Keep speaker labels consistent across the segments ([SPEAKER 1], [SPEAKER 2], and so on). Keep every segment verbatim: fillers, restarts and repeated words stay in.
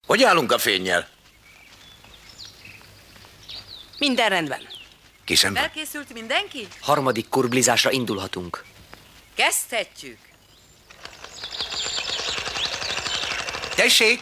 [SPEAKER 1] Hogy állunk a fénnyel?
[SPEAKER 2] Minden rendben.
[SPEAKER 1] Készen van?
[SPEAKER 3] Felkészült mindenki?
[SPEAKER 2] Harmadik kurblizásra indulhatunk.
[SPEAKER 3] Kezdhetjük.
[SPEAKER 1] Tessék!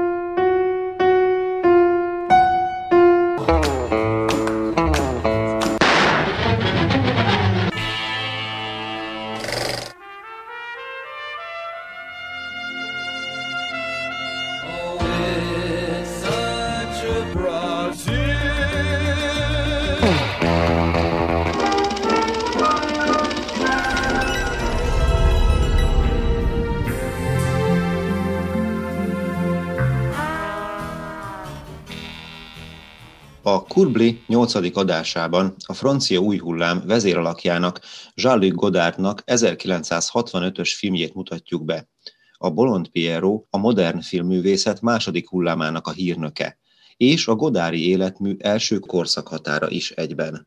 [SPEAKER 4] A Kurbli nyolcadik adásában a francia új hullám vezéralakjának, Jean-Luc Godardnak ezerkilencszázhatvanötös filmjét mutatjuk be. A Bolond Pierrot a modern filmművészet második hullámának a hírnöke, és a godardi életmű első korszakhatára is egyben.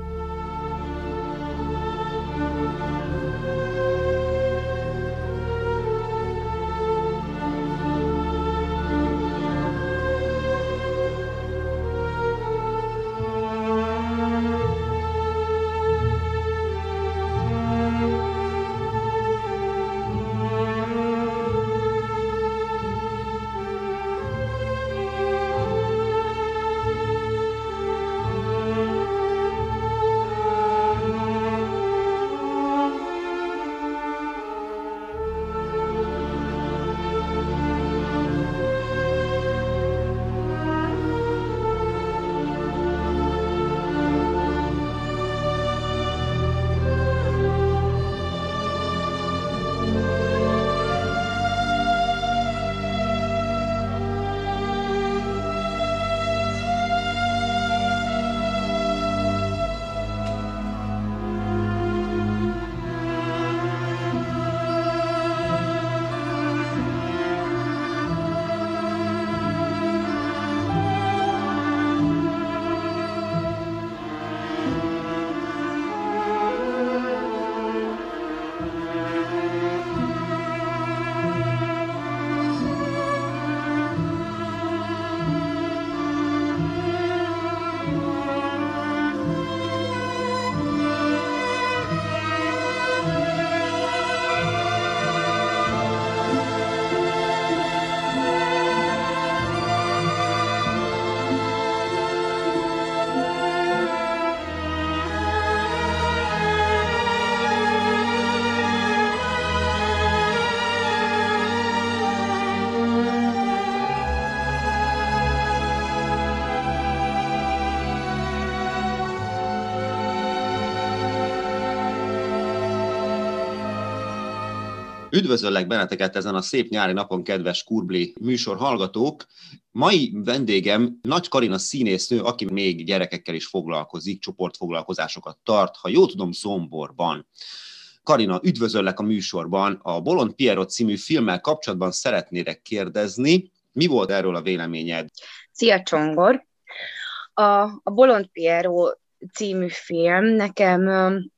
[SPEAKER 4] Üdvözöllek benneteket ezen a szép nyári napon, kedves Kurbli műsor hallgatók! Mai vendégem Nagy Karina színésznő, aki még gyerekekkel is foglalkozik, csoportfoglalkozásokat tart, ha jól tudom, Zomborban. Karina, üdvözöllek a műsorban. A Bolond Pierrot című filmmel kapcsolatban szeretnélek kérdezni, mi volt erről a véleményed?
[SPEAKER 5] Szia, Csongor! A, a Bolond Pierrot című film nekem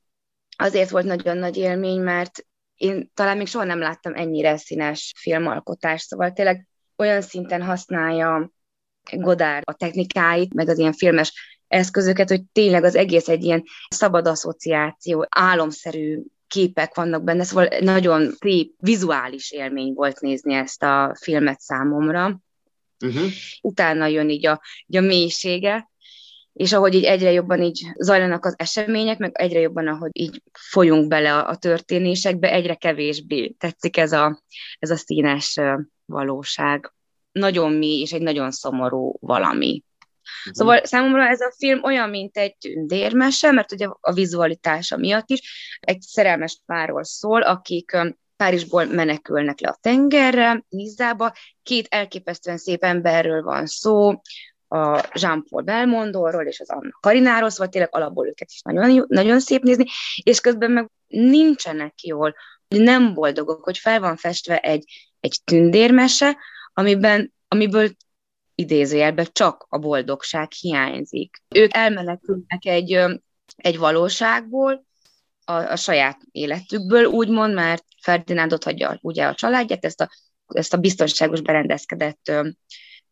[SPEAKER 5] azért volt nagyon nagy élmény, mert én talán még soha nem láttam ennyire színes filmalkotást, szóval tényleg olyan szinten használja Godard a technikáit, meg az ilyen filmes eszközöket, hogy tényleg az egész egy ilyen szabad asszociáció, álomszerű képek vannak benne, szóval nagyon szép vizuális élmény volt nézni ezt a filmet számomra. Uh-huh. Utána jön így a, így a mélysége, és ahogy így egyre jobban így zajlanak az események, meg egyre jobban, ahogy így folyunk bele a, a történésekbe, egyre kevésbé tetszik ez a, ez a színes valóság. Nagyon mély, és egy nagyon szomorú valami. Uh-huh. Szóval számomra ez a film olyan, mint egy tündérmese, mert ugye a vizualitása miatt is egy szerelmes párról szól, akik Párizsból menekülnek le a tengerre, Nizába. Két elképesztően szép emberről van szó, a Jean-Paul Belmondoról és az Anna Karináról, szóval tényleg alapból őket is nagyon, nagyon szép nézni, és közben meg nincsenek jól, nem boldogok, hogy fel van festve egy, egy tündérmese, amiben, amiből idézőjelben csak a boldogság hiányzik. Ők elmenekülnek egy, egy valóságból, a, a saját életükből, úgymond, mert Ferdinándot hagyja ugye a családját, ezt a, ezt a biztonságos berendezkedett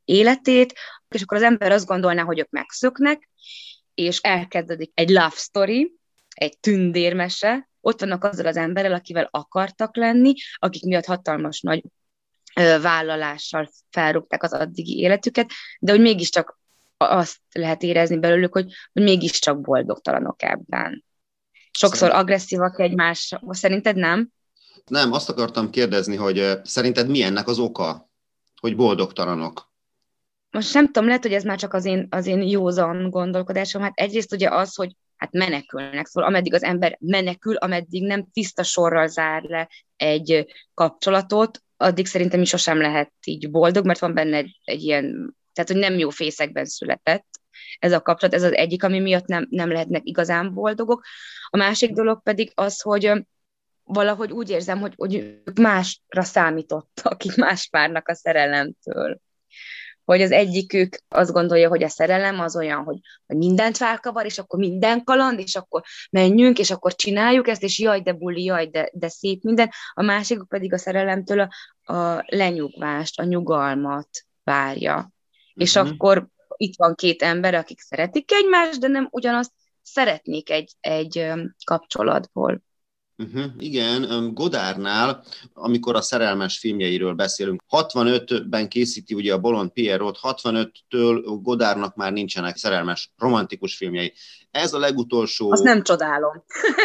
[SPEAKER 5] életét, és akkor az ember azt gondolná, hogy ők megszöknek, és elkezdődik egy love story, egy tündérmese, ott vannak azzal az emberrel, akivel akartak lenni, akik miatt hatalmas nagy ö, vállalással felrúgták az addigi életüket, de hogy mégiscsak azt lehet érezni belőlük, hogy, hogy mégiscsak boldogtalanok ebben. Sokszor agresszívak egymásra. Szerinted nem?
[SPEAKER 4] Nem, azt akartam kérdezni, hogy szerinted mi ennek az oka, hogy boldogtalanok?
[SPEAKER 5] Most nem tudom, lehet, hogy ez már csak az én, az én józan gondolkodásom. Hát egyrészt ugye az, hogy hát menekülnek, szóval ameddig az ember menekül, ameddig nem tiszta sorral zár le egy kapcsolatot, addig szerintem is sosem lehet így boldog, mert van benne egy, egy ilyen, tehát hogy nem jó fészekben született ez a kapcsolat, ez az egyik, ami miatt nem, nem lehetnek igazán boldogok. A másik dolog pedig az, hogy valahogy úgy érzem, hogy, hogy ők másra számítottak, akik más várnak a szerelemtől. Hogy az egyikük azt gondolja, hogy a szerelem az olyan, hogy, hogy mindent felkavar, és akkor minden kaland, és akkor menjünk, és akkor csináljuk ezt, és jaj, de buli, jaj, de, de szép minden. A másikuk pedig a szerelemtől a, a lenyugvást, a nyugalmat várja. Uh-huh. És akkor itt van két ember, akik szeretik egymást, de nem ugyanazt szeretnék egy, egy kapcsolatból.
[SPEAKER 4] Uh-huh, igen, Godardnál, amikor a szerelmes filmjeiről beszélünk, hatvanötben készíti ugye a Bolond Pierrot, hatvanöttől Godardnak már nincsenek szerelmes, romantikus filmjei. Ez a legutolsó...
[SPEAKER 5] Azt nem csodálom.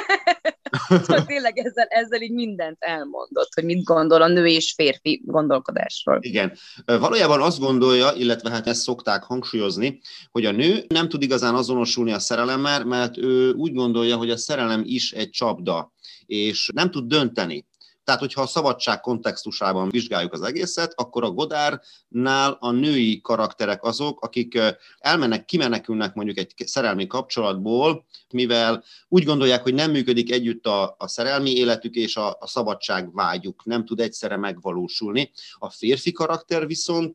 [SPEAKER 5] Szóval tényleg ezzel, ezzel így mindent elmondott, hogy mit gondol a nő és férfi gondolkodásról.
[SPEAKER 4] Igen. Valójában azt gondolja, illetve hát ezt szokták hangsúlyozni, hogy a nő nem tud igazán azonosulni a szerelemmel, mert ő úgy gondolja, hogy a szerelem is egy csapda, és nem tud dönteni. Tehát, hogyha a szabadság kontextusában vizsgáljuk az egészet, akkor a Godardnál a női karakterek azok, akik elmennek, kimenekülnek mondjuk egy szerelmi kapcsolatból, mivel úgy gondolják, hogy nem működik együtt a, a szerelmi életük és a, a szabadság vágyuk, nem tud egyszerre megvalósulni. A férfi karakter viszont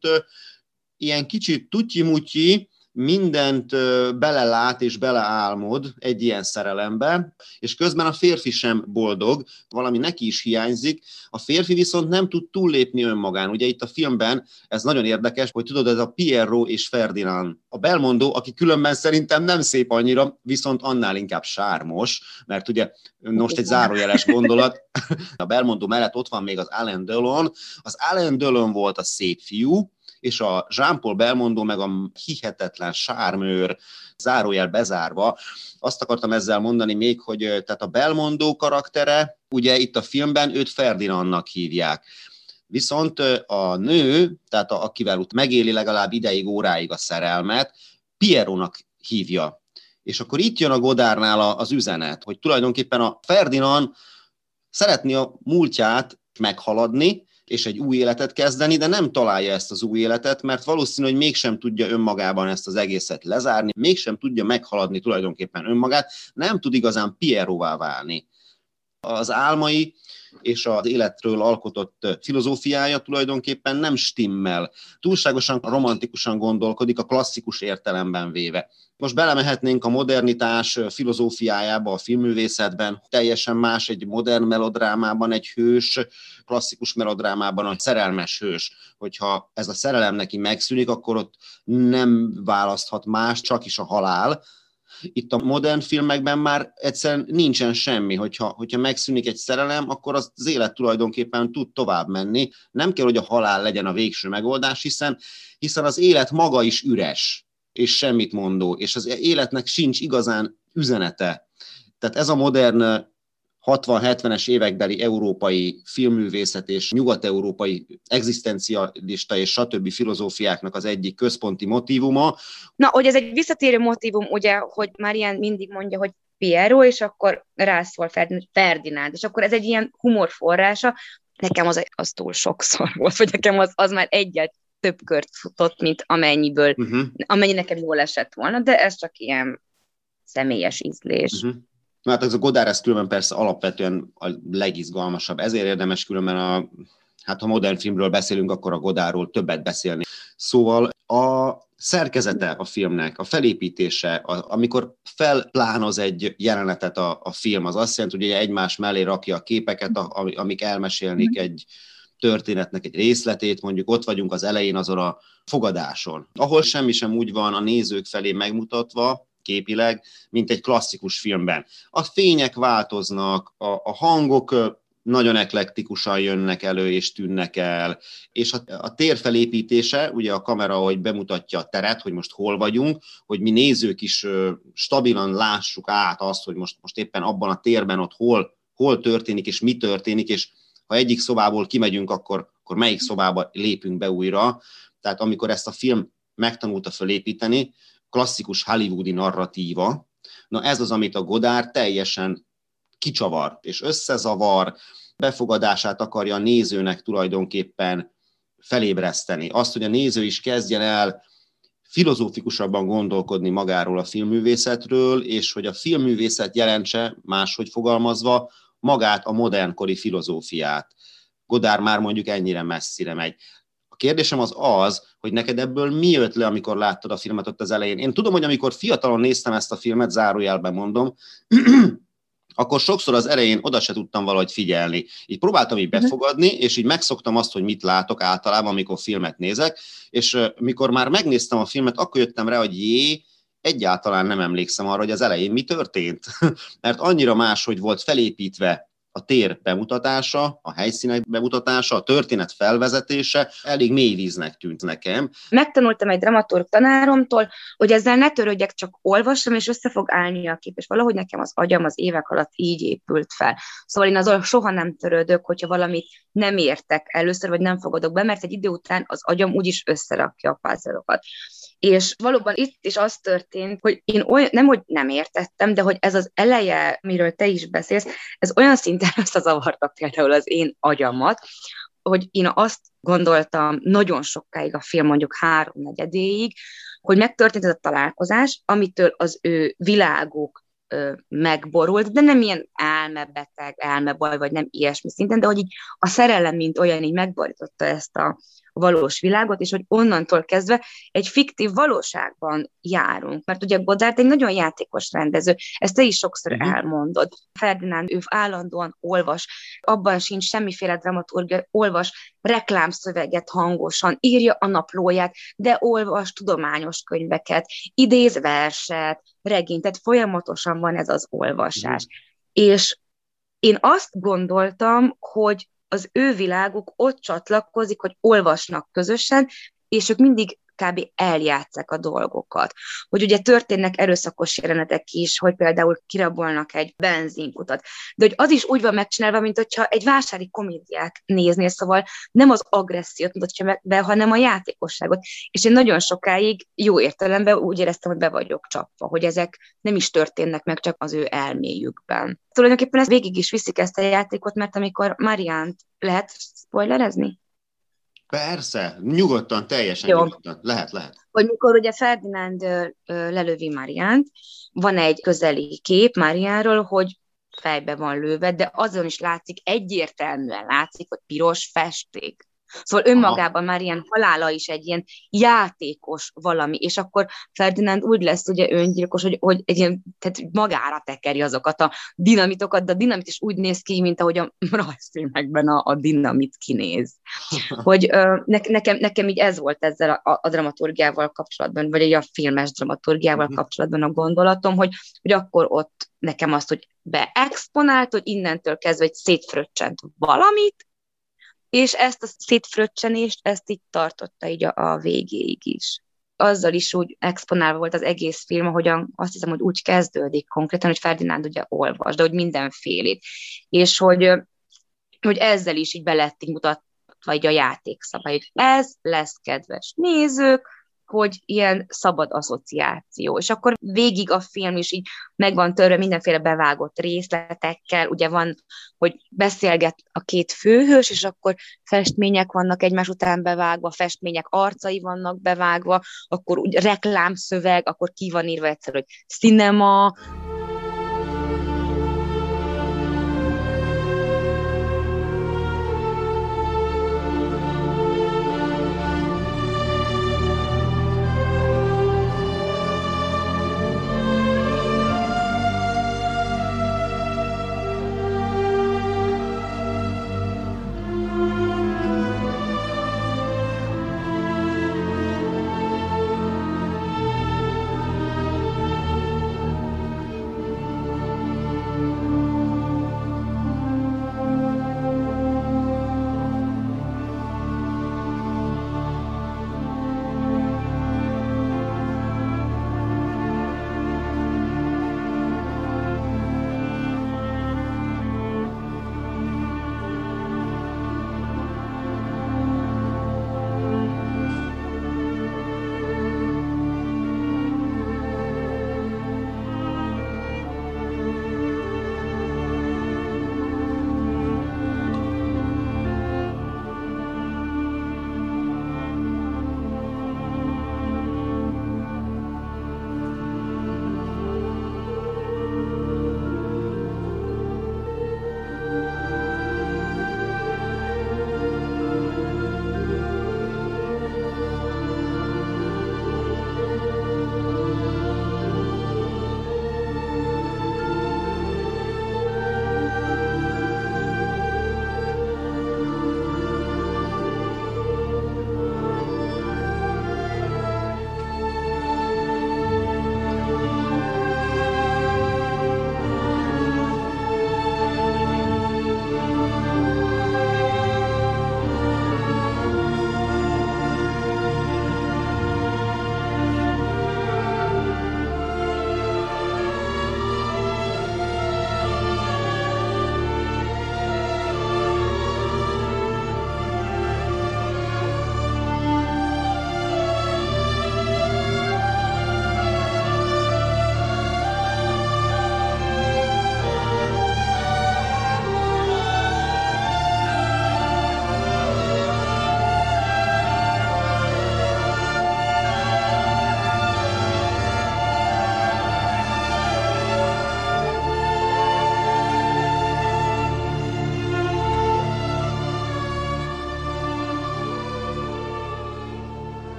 [SPEAKER 4] ilyen kicsit tutyi-mutyi, mindent belelát és beleálmod egy ilyen szerelembe, és közben a férfi sem boldog, valami neki is hiányzik, a férfi viszont nem tud túllépni önmagán. Ugye itt a filmben ez nagyon érdekes, hogy tudod, ez a Pierrot és Ferdinand. A Belmondo, aki különben szerintem nem szép annyira, viszont annál inkább sármos, mert ugye most egy zárójeles gondolat, a Belmondo mellett ott van még az Alain Delon. Az Alain Delon volt a szép fiú, és a Jean-Paul Belmondo meg a hihetetlen sármőr, zárójel bezárva. Azt akartam ezzel mondani még, hogy tehát a Belmondo karaktere, ugye itt a filmben őt Ferdinandnak hívják. Viszont a nő, tehát a, akivel megéli legalább ideig, óráig a szerelmet, Pierrotnak hívja. És akkor itt jön a Godardnál az üzenet, hogy tulajdonképpen a Ferdinand szeretné a múltját meghaladni, és egy új életet kezdeni, de nem találja ezt az új életet, mert valószínű, hogy mégsem tudja önmagában ezt az egészet lezárni, mégsem tudja meghaladni tulajdonképpen önmagát, nem tud igazán Pierrotvá válni. Az álmai és az életről alkotott filozófiája tulajdonképpen nem stimmel. Túlságosan romantikusan gondolkodik, a klasszikus értelemben véve. Most belemehetnénk a modernitás filozófiájába a filmművészetben, teljesen más egy modern melodrámában egy hős, klasszikus melodrámában a szerelmes hős. Hogyha ez a szerelem neki megszűnik, akkor ott nem választhat más, csak is a halál. Itt a modern filmekben már egyszerűen nincsen semmi, hogyha, hogyha megszűnik egy szerelem, akkor az, az élet tulajdonképpen tud tovább menni. Nem kell, hogy a halál legyen a végső megoldás, hiszen, hiszen az élet maga is üres, és semmit mondó, és az életnek sincs igazán üzenete. Tehát ez a modern hatvan-hetvenes évekbeli európai filmművészet és nyugat-európai egzisztencialista és stb. Filozófiáknak az egyik központi motívuma.
[SPEAKER 5] Na, hogy ez egy visszatérő motívum, ugye, hogy Marian mindig mondja, hogy Pierrot, és akkor rászól Ferdinand, és akkor ez egy ilyen humorforrása. Nekem az, az túl sokszor volt, vagy nekem az, az már egyet több kört futott, mint amennyiből, uh-huh. amennyi nekem jól esett volna, de ez csak ilyen személyes ízlés.
[SPEAKER 4] Uh-huh. Hát ez a Godard, ez különben persze alapvetően a legizgalmasabb. Ezért érdemes különben, a, hát ha modern filmről beszélünk, akkor a Godardról többet beszélni. Szóval a szerkezete a filmnek, a felépítése, a, amikor felplánoz egy jelenetet a, a film, az azt jelenti, hogy egymás mellé rakja a képeket, a, amik elmesélnik egy történetnek egy részletét, mondjuk ott vagyunk az elején azon a fogadáson, ahol semmi sem úgy van a nézők felé megmutatva, képileg, mint egy klasszikus filmben. A fények változnak, a, a hangok nagyon eklektikusan jönnek elő és tűnnek el, és a, a tér felépítése, ugye a kamera, hogy bemutatja a teret, hogy most hol vagyunk, hogy mi nézők is stabilan lássuk át azt, hogy most, most éppen abban a térben ott hol, hol történik és mi történik, és ha egyik szobából kimegyünk, akkor, akkor melyik szobába lépünk be újra. Tehát amikor ezt a film megtanulta felépíteni, klasszikus hollywoodi narratíva, na ez az, amit a Godard teljesen kicsavar és összezavar, befogadását akarja a nézőnek tulajdonképpen felébreszteni. Azt, hogy a néző is kezdjen el filozófikusabban gondolkodni magáról a filmművészetről, és hogy a filmművészet jelentse, máshogy fogalmazva, magát a modernkori filozófiát. Godard már mondjuk ennyire messzire megy. A kérdésem az az, hogy neked ebből mi jött le, amikor láttad a filmet ott az elején. Én tudom, hogy amikor fiatalon néztem ezt a filmet, zárójelben mondom, akkor sokszor az elején oda se tudtam valahogy figyelni. Így próbáltam így befogadni, és így megszoktam azt, hogy mit látok általában, amikor filmet nézek, és mikor már megnéztem a filmet, akkor jöttem rá, hogy jé, egyáltalán nem emlékszem arra, hogy az elején mi történt. Mert annyira máshogy volt felépítve a tér bemutatása, a helyszínek bemutatása, a történet felvezetése, elég mély víznek tűnt nekem.
[SPEAKER 5] Megtanultam egy dramaturg tanáromtól, hogy ezzel ne törődjek, csak olvassam, és össze fog állni a kép, és valahogy nekem az agyam az évek alatt így épült fel. Szóval én azon soha nem törődök, hogyha valamit nem értek először, vagy nem fogadok be, mert egy idő után az agyam úgyis összerakja a puzzle-okat. És valóban itt is az történt, hogy én olyan, nem, hogy nem értettem, de hogy ez az eleje, miről te is beszélsz, ez olyan szinten összezavarta például az én agyamat, hogy én azt gondoltam nagyon sokáig a film, mondjuk háromnegyedéig, hogy megtörtént ez a találkozás, amitől az ő világuk ö, megborult, de nem ilyen elmebeteg, elmebaj, vagy nem ilyesmi szinten, de hogy így a szerelem, mint olyan, így megborította ezt a valós világot, és hogy onnantól kezdve egy fiktív valóságban járunk. Mert ugye Godard egy nagyon játékos rendező, ezt te is sokszor uh-huh. elmondod. Ferdinand, ő állandóan olvas, abban sincs semmiféle dramaturgia, olvas reklámszöveget hangosan, írja a naplóját, de olvas tudományos könyveket, idéz verset, regényt, tehát folyamatosan van ez az olvasás. Uh-huh. És én azt gondoltam, hogy az ő világuk ott csatlakozik, hogy olvasnak közösen, és ők mindig kb. Eljátszák a dolgokat. Hogy ugye történnek erőszakos jelenetek is, hogy például kirabolnak egy benzinkutat. De hogy az is úgy van megcsinálva, mint hogyha egy vásári komédiát néznél, szóval nem az agressziót mutatja be, hanem a játékosságot. És én nagyon sokáig jó értelemben úgy éreztem, hogy be vagyok csapva, hogy ezek nem is történnek meg, csak az ő elméjükben. Tulajdonképpen ez végig is viszik ezt a játékot, mert amikor Mariánt lehet spoilerezni?
[SPEAKER 4] Persze, nyugodtan, teljesen
[SPEAKER 5] Jó.
[SPEAKER 4] nyugodtan. Lehet, lehet.
[SPEAKER 5] Hogy mikor ugye Ferdinand ö, ö, lelövi Mariánt, van egy közeli kép Mariánról, hogy fejbe van lőve, de azon is látszik, egyértelműen látszik, hogy piros festék. Szóval önmagában már ilyen halála is egy ilyen játékos valami, és akkor Ferdinand úgy lesz ugye öngyilkos, hogy, hogy egy ilyen, tehát magára tekeri azokat a dinamitokat, de a dinamit is úgy néz ki, mint ahogy a rajzfilmekben a, a dinamit kinéz. Hogy ö, ne, nekem, nekem így ez volt ezzel a, a dramaturgiával kapcsolatban, vagy a filmes dramaturgiával kapcsolatban a gondolatom, hogy, hogy akkor ott nekem azt, hogy beexponált, hogy innentől kezdve egy szétfröccsent valamit, és ezt a szétfröccsenést, ezt így tartotta így a, a végéig is. Azzal is úgy exponálva volt az egész film, ahogyan azt hiszem, hogy úgy kezdődik konkrétan, hogy Ferdinand ugye olvas, de hogy mindenfélét. És hogy, hogy ezzel is így be lett így mutatva így a játékszabály, hogy ez lesz, kedves nézők, hogy ilyen szabad asszociáció. És akkor végig a film is így meg van törve mindenféle bevágott részletekkel, ugye van, hogy beszélget a két főhős, és akkor festmények vannak egymás után bevágva, festmények arcai vannak bevágva, akkor úgy reklámszöveg, akkor ki van írva egyszer, hogy cinema.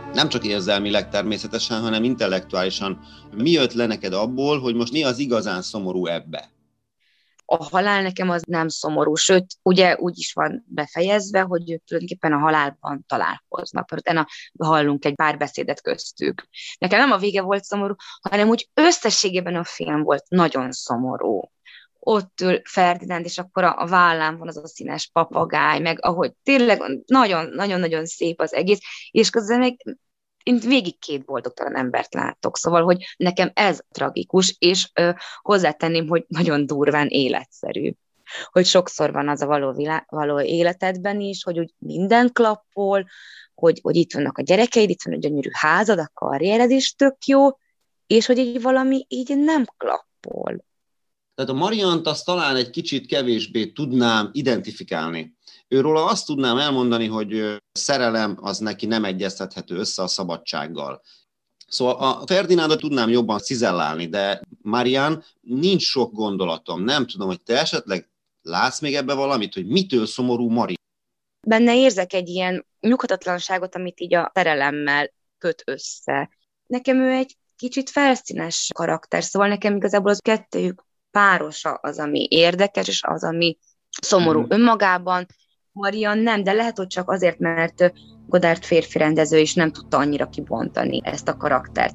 [SPEAKER 4] Nem csak érzelmileg természetesen, hanem intellektuálisan. Mi jött le neked abból, hogy most mi az igazán szomorú ebbe?
[SPEAKER 5] A halál nekem az nem szomorú, sőt, ugye úgy is van befejezve, hogy ők tulajdonképpen a halálban találkoznak. Utána hallunk egy pár beszédet köztük. Nekem nem a vége volt szomorú, hanem úgy összességében a film volt nagyon szomorú. Ott ül Ferdinánd, és akkor a, a vállán van az a színes papagáj, meg ahogy tényleg nagyon-nagyon szép az egész, és közben még én végig két boldogtalan embert látok, szóval, hogy nekem ez tragikus, és ö, hozzátenném, hogy nagyon durván életszerű. Hogy sokszor van az a való, vilá, való életedben is, hogy úgy minden klappol, hogy, hogy itt vannak a gyerekeid, itt van a gyönyörű házad, a karriered is tök jó, és hogy így valami így nem klappol.
[SPEAKER 4] Tehát a Mariant azt talán egy kicsit kevésbé tudnám identifikálni. Őről azt tudnám elmondani, hogy szerelem az neki nem egyeztethető össze a szabadsággal. Szóval a Ferdinándot tudnám jobban cizellálni, de Marian nincs sok gondolatom. Nem tudom, hogy te esetleg látsz még ebbe valamit, hogy mitől szomorú Mari?
[SPEAKER 5] Benne érzek egy ilyen nyughatatlanságot, amit így a szerelemmel köt össze. Nekem ő egy kicsit felszínes karakter, szóval nekem igazából az kettőjük párosa az, ami érdekes, és az, ami szomorú mm. önmagában. Marian nem, de lehet, hogy csak azért, mert Godard férfi rendező is nem tudta annyira kibontani ezt a karaktert.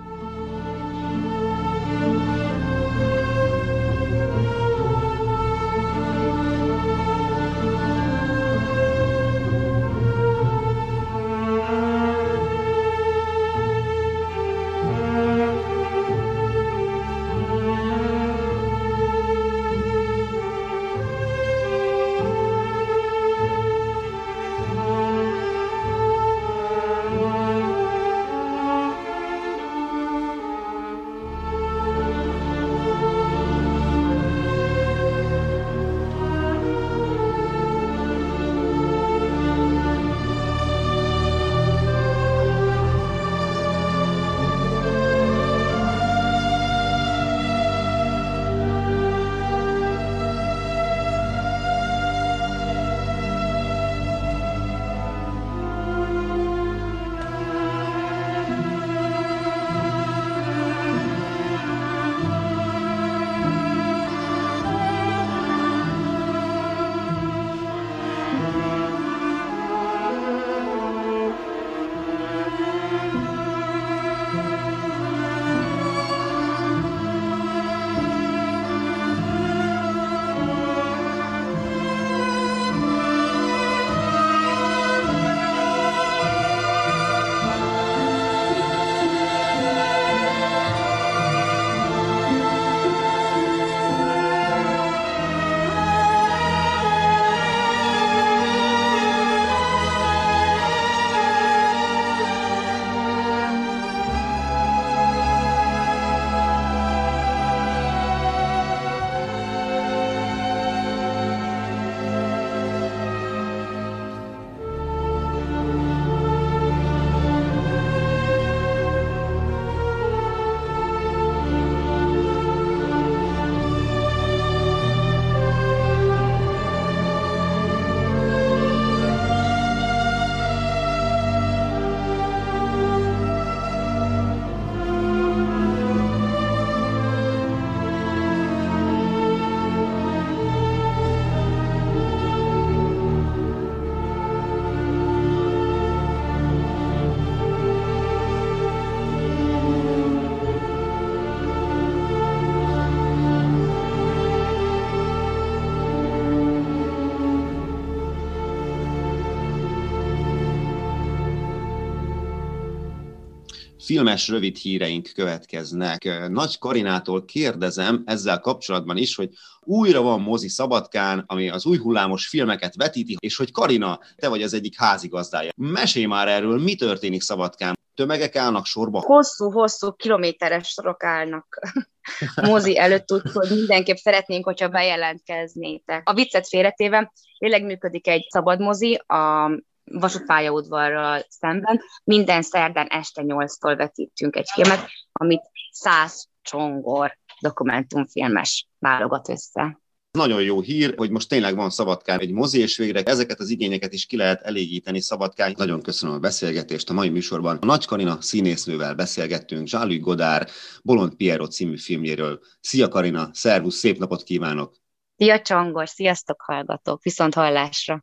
[SPEAKER 4] Filmes rövid híreink következnek. Nagy Karinától kérdezem ezzel kapcsolatban is, hogy újra van mozi Szabadkán, ami az új hullámos filmeket vetíti, és hogy Karina, te vagy az egyik házigazdája. Mesélj már erről, mi történik Szabadkán? Tömegek állnak sorba?
[SPEAKER 5] Hosszú-hosszú kilométeres sorok állnak mozi előtt, úgyhogy mindenképp szeretnénk, hogyha bejelentkeznétek. A viccet félretéve, tényleg működik egy szabad mozi a vasútpályaudvarral szemben. Minden szerdán este nyolctól vetítünk egy filmet, amit száz csongor dokumentumfilmes válogat össze.
[SPEAKER 4] Nagyon jó hír, hogy most tényleg van Szabadkán egy mozi, és végre ezeket az igényeket is ki lehet elégíteni Szabadkán. Nagyon köszönöm a beszélgetést. A mai műsorban a Nagy Karina színésznővel beszélgettünk Jean-Luc Godard Bolond Pierrot című filmjéről. Szia Karina, szervusz, szép napot kívánok!
[SPEAKER 5] Szia Csongor, sziasztok hallgatók, viszont hallásra!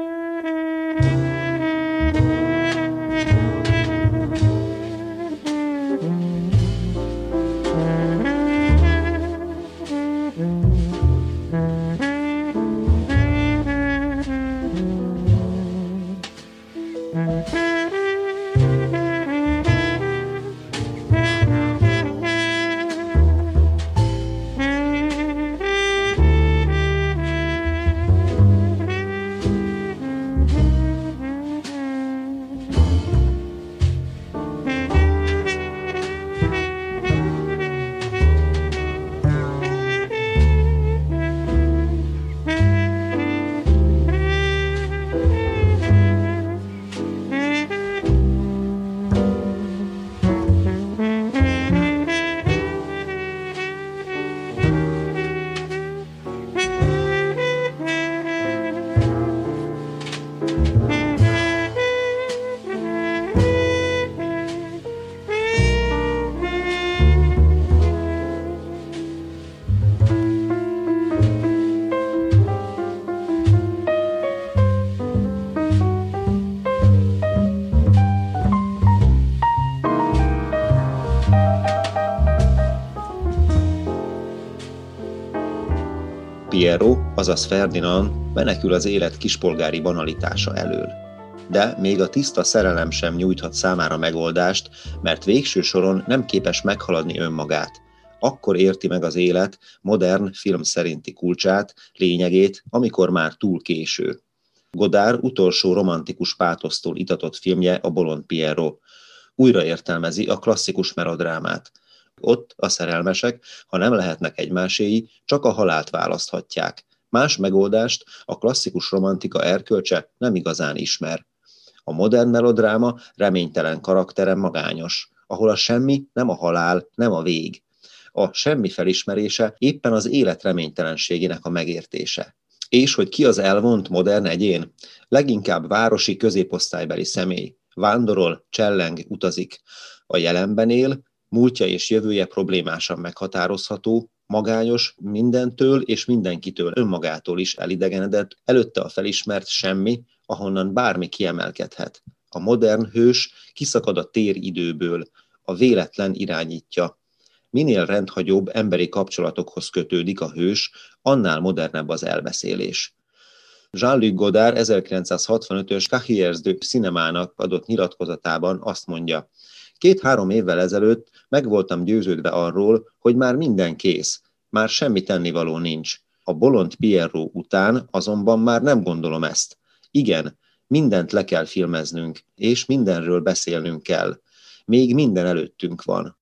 [SPEAKER 4] Piero, azaz Ferdinand menekül az élet kispolgári banalitása elől. De még a tiszta szerelem sem nyújthat számára megoldást, mert végső soron nem képes meghaladni önmagát. Akkor érti meg az élet modern film szerinti kulcsát, lényegét, amikor már túl késő. Godard utolsó romantikus pátosztól itatott filmje a Bolond Pierrot. Újra értelmezi a klasszikus melodrámát. Ott a szerelmesek, ha nem lehetnek egymáséi, csak a halált választhatják. Más megoldást a klasszikus romantika erkölcse nem igazán ismer. A modern melodráma reménytelen karaktere magányos, ahol a semmi nem a halál, nem a vég. A semmi felismerése éppen az élet reménytelenségének a megértése. És hogy ki az elvont modern egyén? Leginkább városi középosztálybeli személy. Vándorol, cselleng, utazik. A jelenben él, múltja és jövője problémásan meghatározható, magányos, mindentől és mindenkitől, önmagától is elidegenedett, előtte a felismert semmi, ahonnan bármi kiemelkedhet. A modern hős kiszakad a téridőből, a véletlen irányítja. Minél rendhagyóbb emberi kapcsolatokhoz kötődik a hős, annál modernebb az elbeszélés. Jean-Luc Godard ezerkilencszázhatvanötös Cahiers du Cinémának adott nyilatkozatában azt mondja: Két-három évvel ezelőtt meg voltam győződve arról, hogy már minden kész, már semmi tennivaló nincs. A Bolond Pierrot után azonban már nem gondolom ezt. Igen, mindent le kell filmeznünk, és mindenről beszélnünk kell. Még minden előttünk van.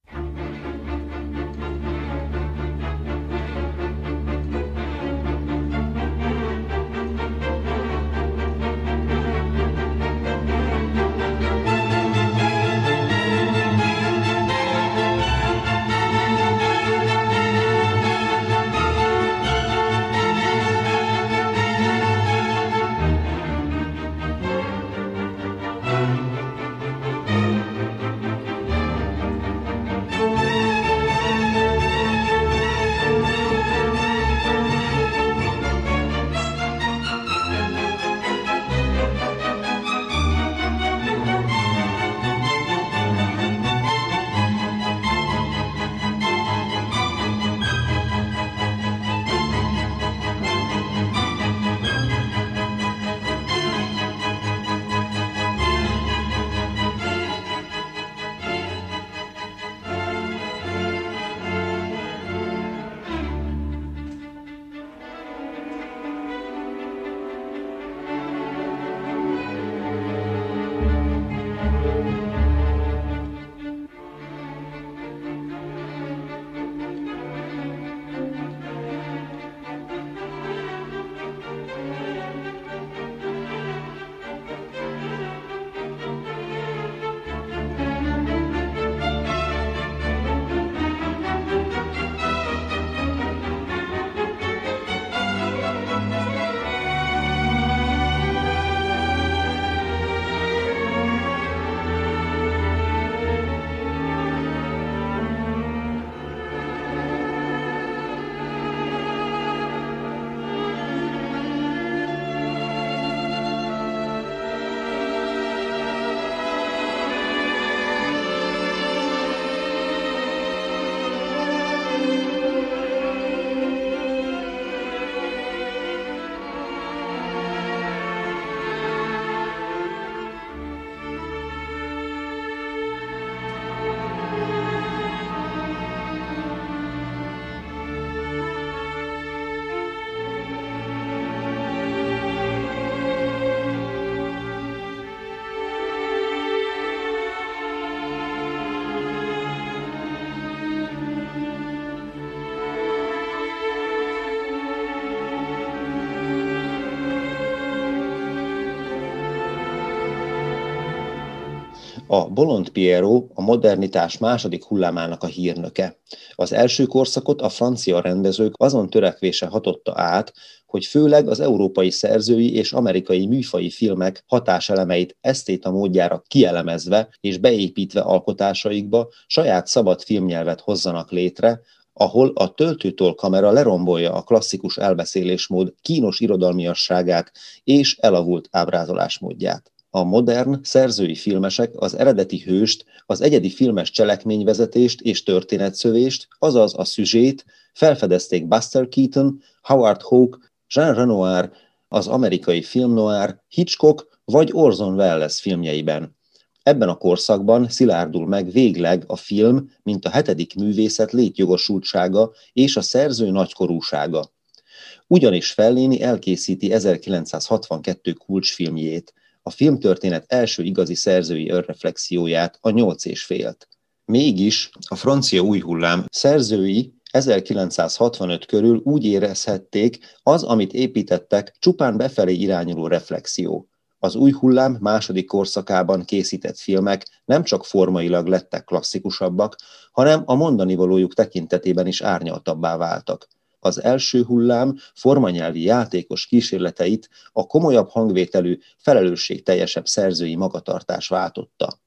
[SPEAKER 4] A Bolond Pierrot a modernitás második hullámának a hírnöke. Az első korszakot a francia rendezők azon törekvése hatotta át, hogy főleg az európai szerzői és amerikai műfaji filmek hatáselemeit esztéta módjára kielemezve és beépítve alkotásaikba saját szabad filmnyelvet hozzanak létre, ahol a töltőtól kamera lerombolja a klasszikus elbeszélésmód kínos irodalmiasságát és elavult ábrázolásmódját. A modern, szerzői filmesek az eredeti hőst, az egyedi filmes cselekményvezetést és történetszövést, azaz a szüzsét felfedezték Buster Keaton, Howard Hawke, Jean Renoir, az amerikai film noir, Hitchcock vagy Orson Welles filmjeiben. Ebben a korszakban szilárdul meg végleg a film, mint a hetedik művészet létjogosultsága és a szerző nagykorúsága. Ugyanis Fellini elkészíti ezerkilencszázhatvankettő kulcsfilmjét, a filmtörténet első igazi szerzői önreflexióját, a Nyolc és félt. Mégis a francia új hullám szerzői ezerkilencszázhatvanöt körül úgy érezhették, az, amit építettek, csupán befelé irányuló reflexió. Az új hullám második korszakában készített filmek nem csak formailag lettek klasszikusabbak, hanem a mondanivalójuk tekintetében is árnyaltabbá váltak. Az első hullám formanyelvi játékos kísérleteit a komolyabb hangvételű, felelősségteljesebb szerzői magatartás váltotta.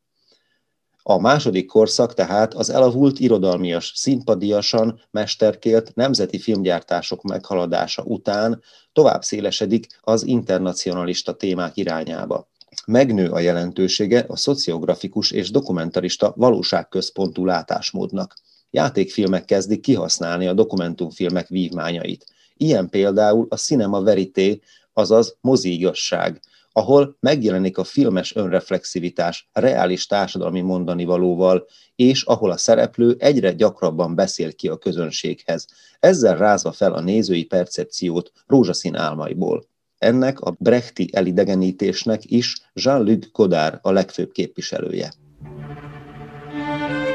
[SPEAKER 4] A második korszak tehát az elavult irodalmias, színpadiasan mesterkélt nemzeti filmgyártások meghaladása után tovább szélesedik az internacionalista témák irányába. Megnő a jelentősége a szociografikus és dokumentarista valóságközpontú látásmódnak. Játékfilmek kezdik kihasználni a dokumentumfilmek vívmányait. Ilyen például a cinema verité, azaz moziigazság, ahol megjelenik a filmes önreflexivitás reális társadalmi mondanivalóval, és ahol a szereplő egyre gyakrabban beszél ki a közönséghez, ezzel rázva fel a nézői percepciót rózsaszín álmaiból. Ennek a brechti elidegenítésnek is Jean-Luc Godard a legfőbb képviselője.